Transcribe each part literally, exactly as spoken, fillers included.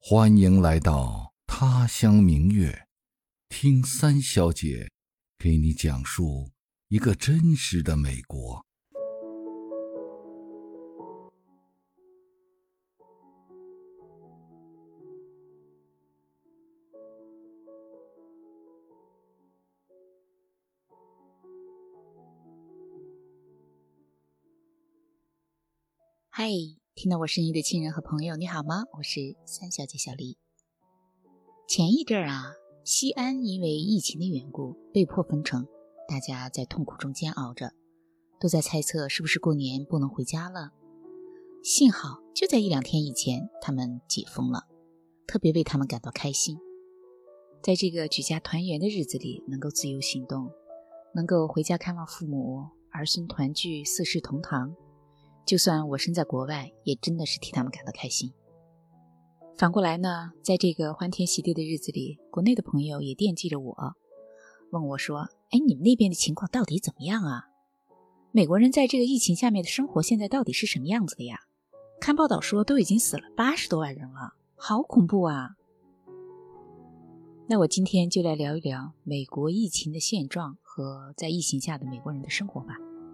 欢迎来到他乡明月，听三小姐给你讲述一个真实的美国。 嗨，听到我声音的亲人和朋友，你好吗？我是三小姐小丽。前一阵儿啊，西安因为疫情的缘故被迫封城，大家在痛苦中煎熬着，都在猜测是不是过年不能回家了。幸好就在一两天以前，他们解封了，特别为他们感到开心。在这个举家团圆的日子里，能够自由行动，能够回家看望父母，儿孙团聚，四世同堂，就算我身在国外，也真的是替他们感到开心。反过来呢，在这个欢天喜地的日子里，国内的朋友也惦记着我，问我说，哎，你们那边的情况到底怎么样啊？美国人在这个疫情下面的生活现在到底是什么样子的呀？看报道说都已经死了八十多万人了，好恐怖啊！那我今天就来聊一聊美国疫情的现状和在疫情下的美国人的生活吧。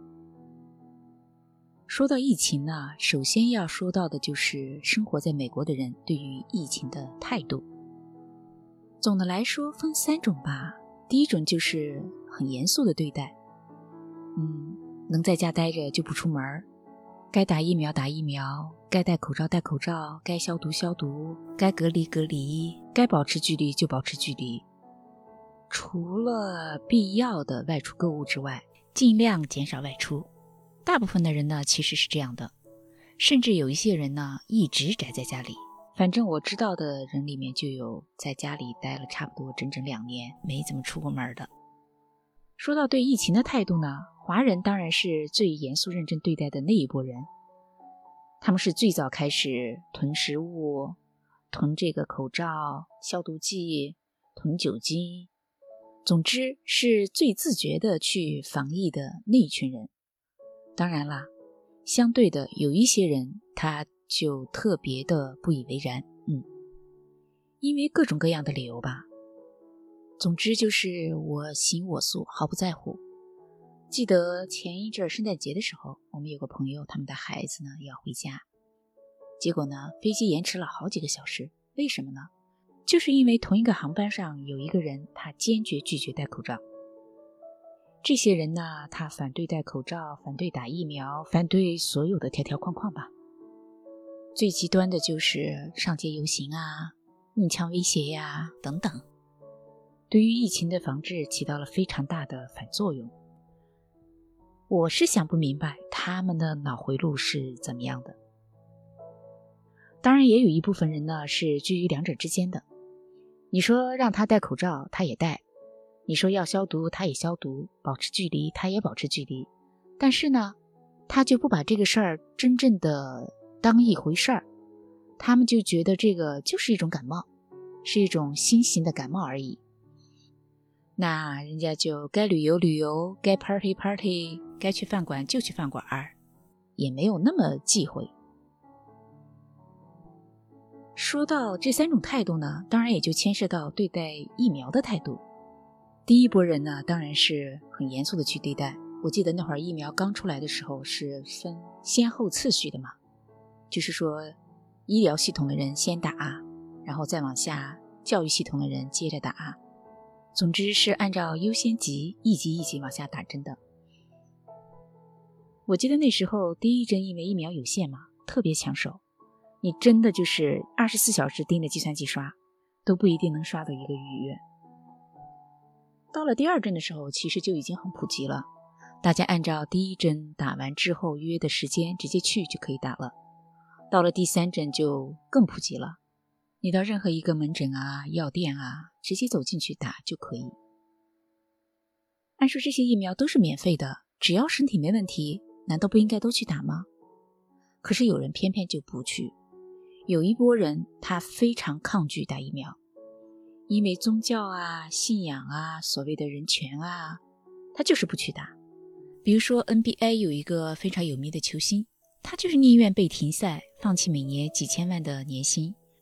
说到疫情呢，首先要说到的就是生活在美国的人对于疫情的态度。总的来说分三种吧。第一种就是很严肃的对待，嗯，能在家待着就不出门，该打疫苗打疫苗，该戴口罩戴口罩，该消毒消毒，该隔离隔离，该保持距离就保持距离。除了必要的外出购物之外，尽量减少外出。大部分的人呢其实是这样的，甚至有一些人呢一直宅在家里。反正我知道的人里面就有在家里待了差不多整整两年没怎么出过门的。说到对疫情的态度呢，华人当然是最严肃认真对待的那一波人，他们是最早开始囤食物，囤这个口罩、消毒剂，囤酒精，总之是最自觉的去防疫的那一群人。当然啦，相对的有一些人他就特别的不以为然，嗯，因为各种各样的理由吧。总之就是我行我素，毫不在乎。记得前一阵圣诞节的时候，我们有个朋友，他们的孩子呢要回家，结果呢飞机延迟了好几个小时。为什么呢？就是因为同一个航班上有一个人他坚决拒绝戴口罩。这些人呢，他反对戴口罩，反对打疫苗，反对所有的条条框框吧。最极端的就是上街游行啊，用枪威胁呀等等，对于疫情的防治起到了非常大的反作用。我是想不明白他们的脑回路是怎么样的。当然也有一部分人呢是居于两者之间的，你说让他戴口罩他也戴，你说要消毒他也消毒，保持距离他也保持距离，但是呢他就不把这个事儿真正的当一回事儿，他们就觉得这个就是一种感冒，是一种新型的感冒而已。那人家就该旅游旅游，该 party party， 该去饭馆就去饭馆，也没有那么忌讳。说到这三种态度呢，当然也就牵涉到对待疫苗的态度。第一波人呢，当然是很严肃的去对待。我记得那会儿疫苗刚出来的时候是分先后次序的嘛，就是说医疗系统的人先打，然后再往下教育系统的人接着打，总之是按照优先级一级一级往下打针的。我记得那时候第一针因为疫苗有限嘛，特别抢手，你真的就是二十四小时盯着计算机刷，都不一定能刷到一个预约。到了第二针的时候，其实就已经很普及了，大家按照第一针打完之后约的时间直接去就可以打了。到了第三针就更普及了，你到任何一个门诊啊、药店啊，直接走进去打就可以。按说这些疫苗都是免费的，只要身体没问题，难道不应该都去打吗？可是有人偏偏就不去，有一波人他非常抗拒打疫苗，因为宗教啊、信仰啊、所谓的人权啊，他就是不去打。比如说 N B A 有一个非常有名的球星，他就是宁愿被停赛，放弃每年几千万的年薪，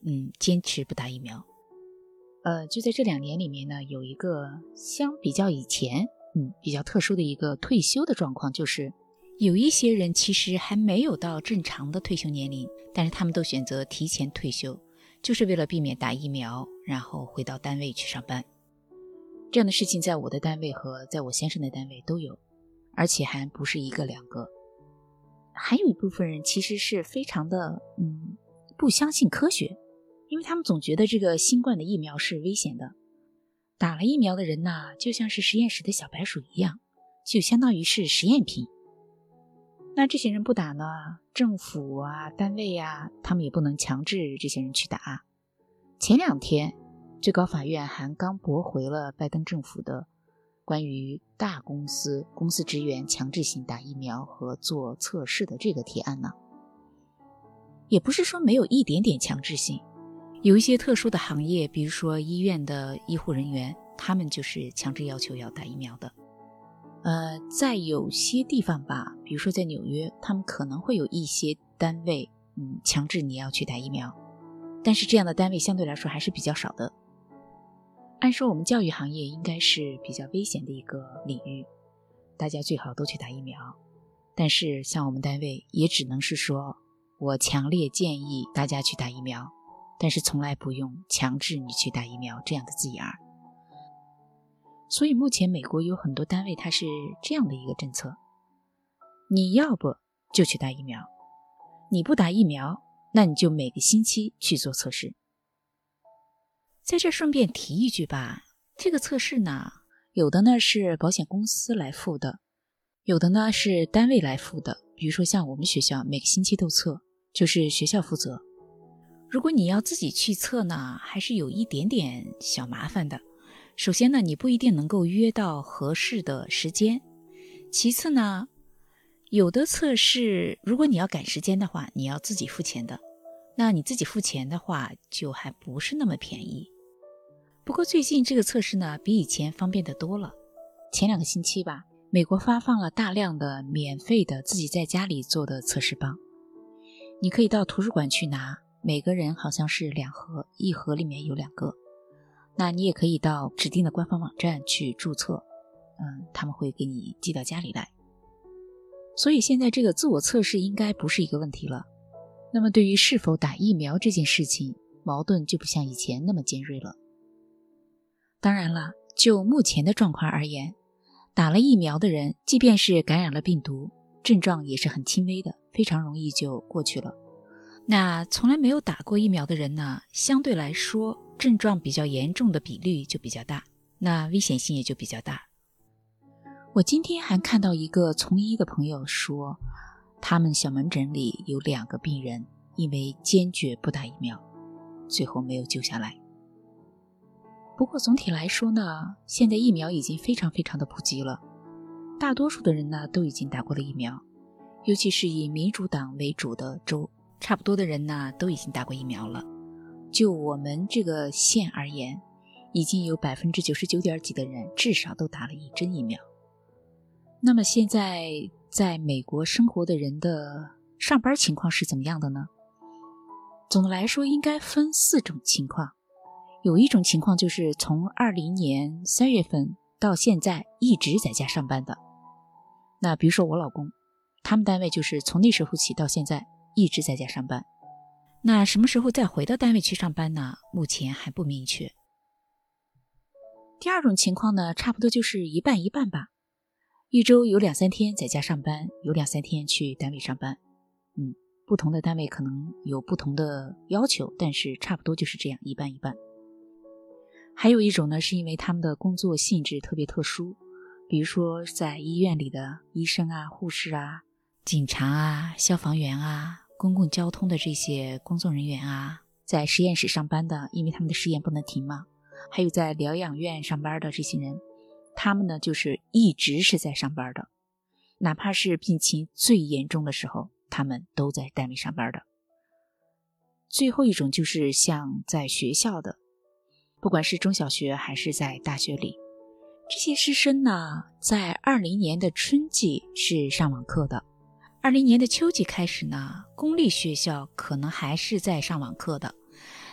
嗯，坚持不打疫苗。呃，就在这两年里面呢，有一个相比较以前，嗯，比较特殊的一个退休的状况，就是有一些人其实还没有到正常的退休年龄，但是他们都选择提前退休，就是为了避免打疫苗，然后回到单位去上班。这样的事情在我的单位和在我先生的单位都有，而且还不是一个两个。还有一部分人其实是非常的嗯不相信科学，因为他们总觉得这个新冠的疫苗是危险的。打了疫苗的人呢，就像是实验室的小白鼠一样，就相当于是实验品。那这些人不打呢，政府啊、单位啊，他们也不能强制这些人去打。前两天最高法院还刚驳回了拜登政府的关于大公司公司职员强制性打疫苗和做测试的这个提案呢。也不是说没有一点点强制性，有一些特殊的行业，比如说医院的医护人员，他们就是强制要求要打疫苗的。呃，在有些地方吧，比如说在纽约，他们可能会有一些单位嗯，强制你要去打疫苗，但是这样的单位相对来说还是比较少的。按说我们教育行业应该是比较危险的一个领域，大家最好都去打疫苗，但是像我们单位也只能是说我强烈建议大家去打疫苗，但是从来不用强制你去打疫苗这样的字眼儿。所以目前美国有很多单位它是这样的一个政策，你要不就去打疫苗，你不打疫苗，那你就每个星期去做测试。在这顺便提一句吧，这个测试呢，有的呢是保险公司来付的，有的呢是单位来付的。比如说像我们学校每个星期都测，就是学校负责。如果你要自己去测呢，还是有一点点小麻烦的。首先呢，你不一定能够约到合适的时间。其次呢，有的测试如果你要赶时间的话，你要自己付钱的。那你自己付钱的话，就还不是那么便宜。不过最近这个测试呢，比以前方便得多了。前两个星期吧，美国发放了大量的免费的自己在家里做的测试棒，你可以到图书馆去拿，每个人好像是两盒，一盒里面有两个。那你也可以到指定的官方网站去注册，嗯，他们会给你寄到家里来。所以现在这个自我测试应该不是一个问题了。那么对于是否打疫苗这件事情，矛盾就不像以前那么尖锐了。当然了，就目前的状况而言，打了疫苗的人，即便是感染了病毒，症状也是很轻微的，非常容易就过去了。那从来没有打过疫苗的人呢，相对来说症状比较严重的比率就比较大，那危险性也就比较大。我今天还看到一个从医的朋友说，他们小门诊里有两个病人因为坚决不打疫苗，最后没有救下来。不过总体来说呢，现在疫苗已经非常非常的普及了，大多数的人呢都已经打过了疫苗，尤其是以民主党为主的州，差不多的人呢都已经打过疫苗了。就我们这个县而言，已经有 百分之九十九点几 的人至少都打了一针疫苗。那么现在在美国生活的人的上班情况是怎么样的呢？总的来说应该分四种情况。有一种情况就是从二零年三月份到现在一直在家上班的。那比如说我老公，他们单位就是从那时候起到现在一直在家上班。那什么时候再回到单位去上班呢？目前还不明确。第二种情况呢，差不多就是一半一半吧。一周有两三天在家上班，有两三天去单位上班。嗯，不同的单位可能有不同的要求，但是差不多就是这样，一半一半。还有一种呢，是因为他们的工作性质特别特殊，比如说在医院里的医生啊、护士啊、警察啊、消防员啊、公共交通的这些工作人员啊，在实验室上班的，因为他们的实验不能停嘛，还有在疗养院上班的这些人，他们呢就是一直是在上班的，哪怕是病情最严重的时候，他们都在单位上班的。最后一种就是像在学校的，不管是中小学还是在大学里，这些师生呢，在二零年的春季是上网课的，二零年的秋季开始呢，公立学校可能还是在上网课的，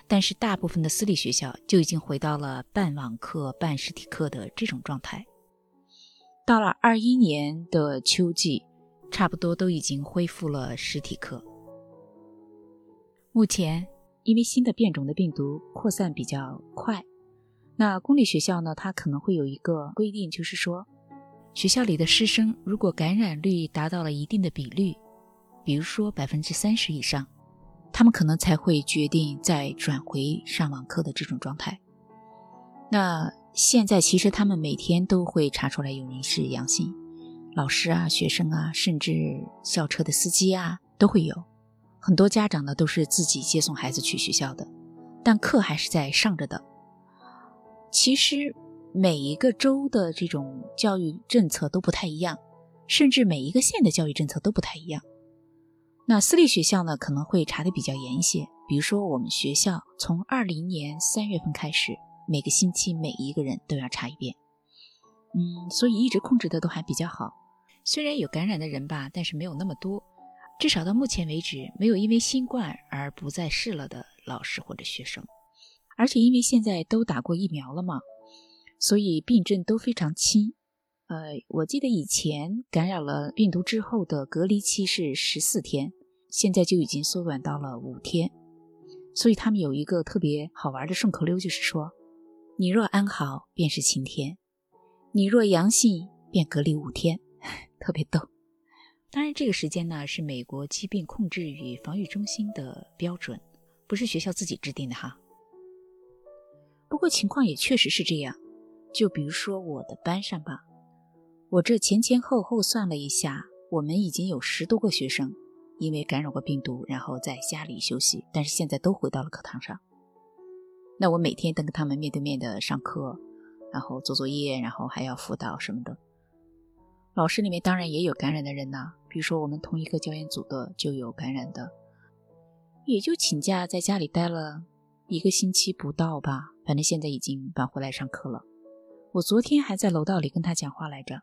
但是大部分的私立学校就已经回到了半网课半实体课的这种状态。到了二一年的秋季，差不多都已经恢复了实体课。目前因为新的变种的病毒扩散比较快，那公立学校呢，它可能会有一个规定，就是说学校里的师生如果感染率达到了一定的比率，比如说 百分之三十 以上，他们可能才会决定再转回上网课的这种状态。那现在其实他们每天都会查出来有人是阳性，老师啊、学生啊，甚至校车的司机啊都会有。很多家长呢都是自己接送孩子去学校的，但课还是在上着的。其实每一个州的这种教育政策都不太一样，甚至每一个县的教育政策都不太一样。那私立学校呢可能会查得比较严一些，比如说我们学校从二零年三月份开始，每个星期每一个人都要查一遍。嗯，所以一直控制的都还比较好。虽然有感染的人吧，但是没有那么多，至少到目前为止没有因为新冠而不再试了的老师或者学生。而且因为现在都打过疫苗了嘛，所以病症都非常轻。呃，我记得以前感染了病毒之后的隔离期是十四天，现在就已经缩短到了五天。所以他们有一个特别好玩的顺口溜，就是说你若安好便是晴天，你若阳性便隔离五天，特别逗。当然这个时间呢是美国疾病控制与防御中心的标准，不是学校自己制定的哈。不过情况也确实是这样，就比如说我的班上吧，我这前前后后算了一下，我们已经有十多个学生因为感染过病毒，然后在家里休息，但是现在都回到了课堂上。那我每天都跟他们面对面的上课，然后做作业，然后还要辅导什么的。老师里面当然也有感染的人呐，比如说我们同一个教研组的就有感染的，也就请假在家里待了一个星期不到吧，反正现在已经搬回来上课了。我昨天还在楼道里跟他讲话来着。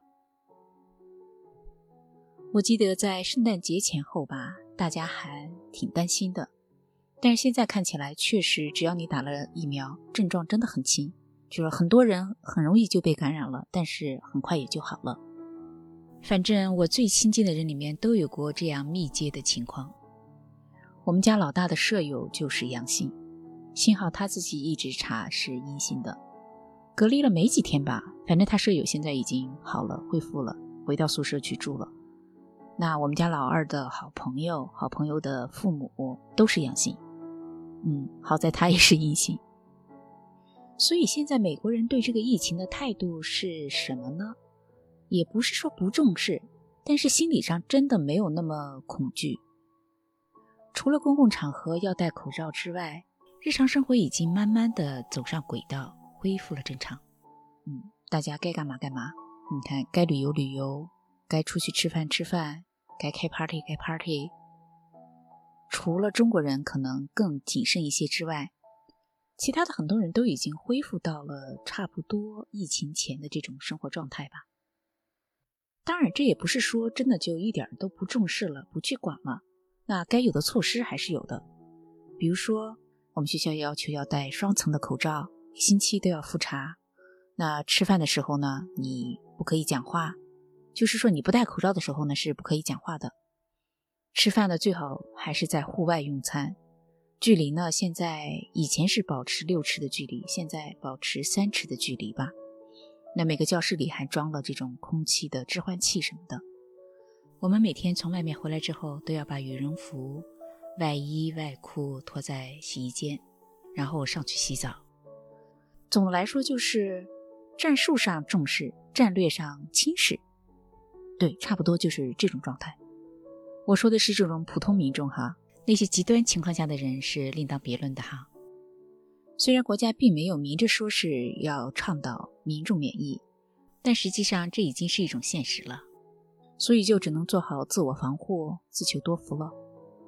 我记得在圣诞节前后吧，大家还挺担心的，但是现在看起来确实只要你打了疫苗，症状真的很轻，就是很多人很容易就被感染了，但是很快也就好了。反正我最亲近的人里面都有过这样密接的情况。我们家老大的舍友就是阳性，幸好他自己一直查是阴性的，隔离了没几天吧，反正他舍友现在已经好了，恢复了，回到宿舍去住了。那我们家老二的好朋友好朋友的父母都是阳性，嗯，好在他也是阴性。所以现在美国人对这个疫情的态度是什么呢？也不是说不重视，但是心理上真的没有那么恐惧。除了公共场合要戴口罩之外，日常生活已经慢慢的走上轨道，恢复了正常。嗯，大家该干嘛干嘛，你看该旅游旅游，该出去吃饭吃饭，该开 party 开 party。 除了中国人可能更谨慎一些之外，其他的很多人都已经恢复到了差不多疫情前的这种生活状态吧。当然这也不是说真的就一点都不重视了，不去管了，那该有的措施还是有的。比如说我们学校要求要戴双层的口罩，一星期都要复查。那吃饭的时候呢，你不可以讲话，就是说你不戴口罩的时候呢是不可以讲话的。吃饭呢最好还是在户外用餐，距离呢现在以前是保持六尺的距离，现在保持三尺的距离吧。那每个教室里还装了这种空气的置换器什么的。我们每天从外面回来之后都要把羽绒服、外衣、外裤脱在洗衣间，然后上去洗澡。总的来说就是战术上重视，战略上轻视，对，差不多就是这种状态。我说的是这种普通民众哈，那些极端情况下的人是另当别论的哈。虽然国家并没有明着说是要倡导民众免疫，但实际上这已经是一种现实了，所以就只能做好自我防护，自求多福了。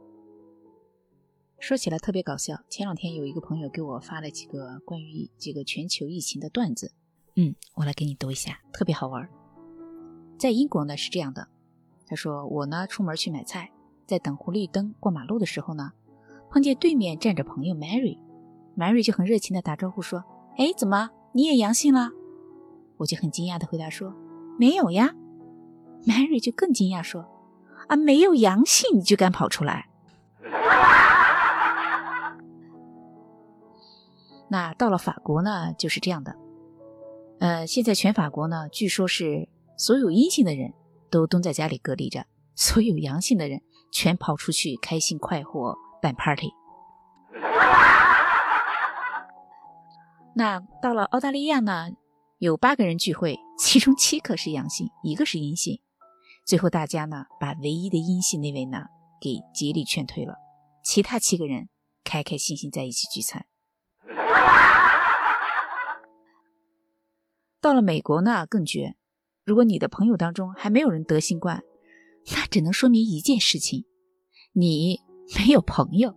说起来特别搞笑，前两天有一个朋友给我发了几个关于这个全球疫情的段子，嗯，我来给你读一下，特别好玩。在英国呢是这样的，他说我呢出门去买菜，在等红绿灯过马路的时候呢，碰见对面站着朋友 Mary， Mary 就很热情地打招呼说，哎，怎么你也阳性了？我就很惊讶地回答说，没有呀。Mary 就更惊讶说，啊，没有阳性你就敢跑出来？那到了法国呢，就是这样的。呃，现在全法国呢，据说是所有阴性的人都蹲在家里隔离着，所有阳性的人全跑出去开心快活办 party。那到了澳大利亚呢，有八个人聚会，其中七个是阳性，一个是阴性。最后大家呢，把唯一的阴性那位呢给竭力劝退了，其他七个人开开心心在一起聚餐。到了美国呢更绝，如果你的朋友当中还没有人得新冠，那只能说明一件事情，你没有朋友。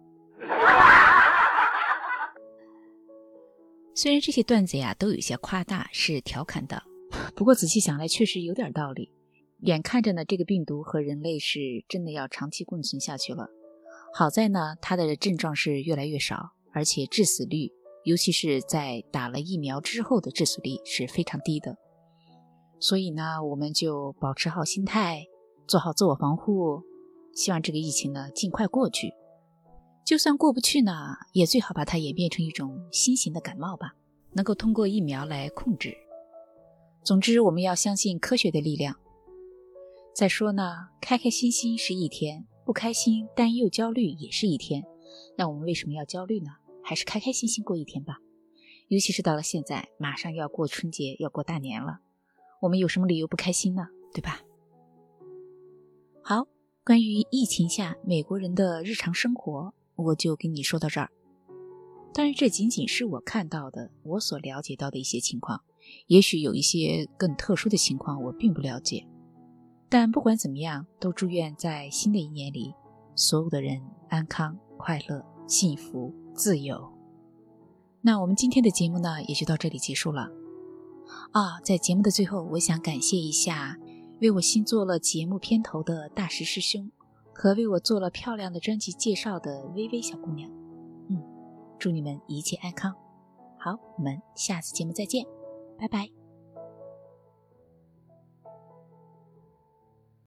虽然这些段子呀都有些夸大，是调侃的，不过仔细想来确实有点道理。眼看着呢，这个病毒和人类是真的要长期共存下去了。好在呢，它的症状是越来越少，而且致死率，尤其是在打了疫苗之后的致死率是非常低的。所以呢，我们就保持好心态，做好自我防护，希望这个疫情呢尽快过去。就算过不去呢，也最好把它演变成一种新型的感冒吧，能够通过疫苗来控制。总之，我们要相信科学的力量。再说呢，开开心心是一天，不开心、担忧、焦虑也是一天。那我们为什么要焦虑呢？还是开开心心过一天吧。尤其是到了现在，马上要过春节，要过大年了，我们有什么理由不开心呢？对吧？好，关于疫情下美国人的日常生活，我就跟你说到这儿。当然，这仅仅是我看到的，我所了解到的一些情况，也许有一些更特殊的情况我并不了解。但不管怎么样，都祝愿在新的一年里，所有的人安康、快乐、幸福、自由。那我们今天的节目呢，也就到这里结束了。啊，在节目的最后，我想感谢一下为我新做了节目片头的大石师兄，和为我做了漂亮的专辑介绍的微微小姑娘。嗯，祝你们一切安康。好，我们下次节目再见，拜拜。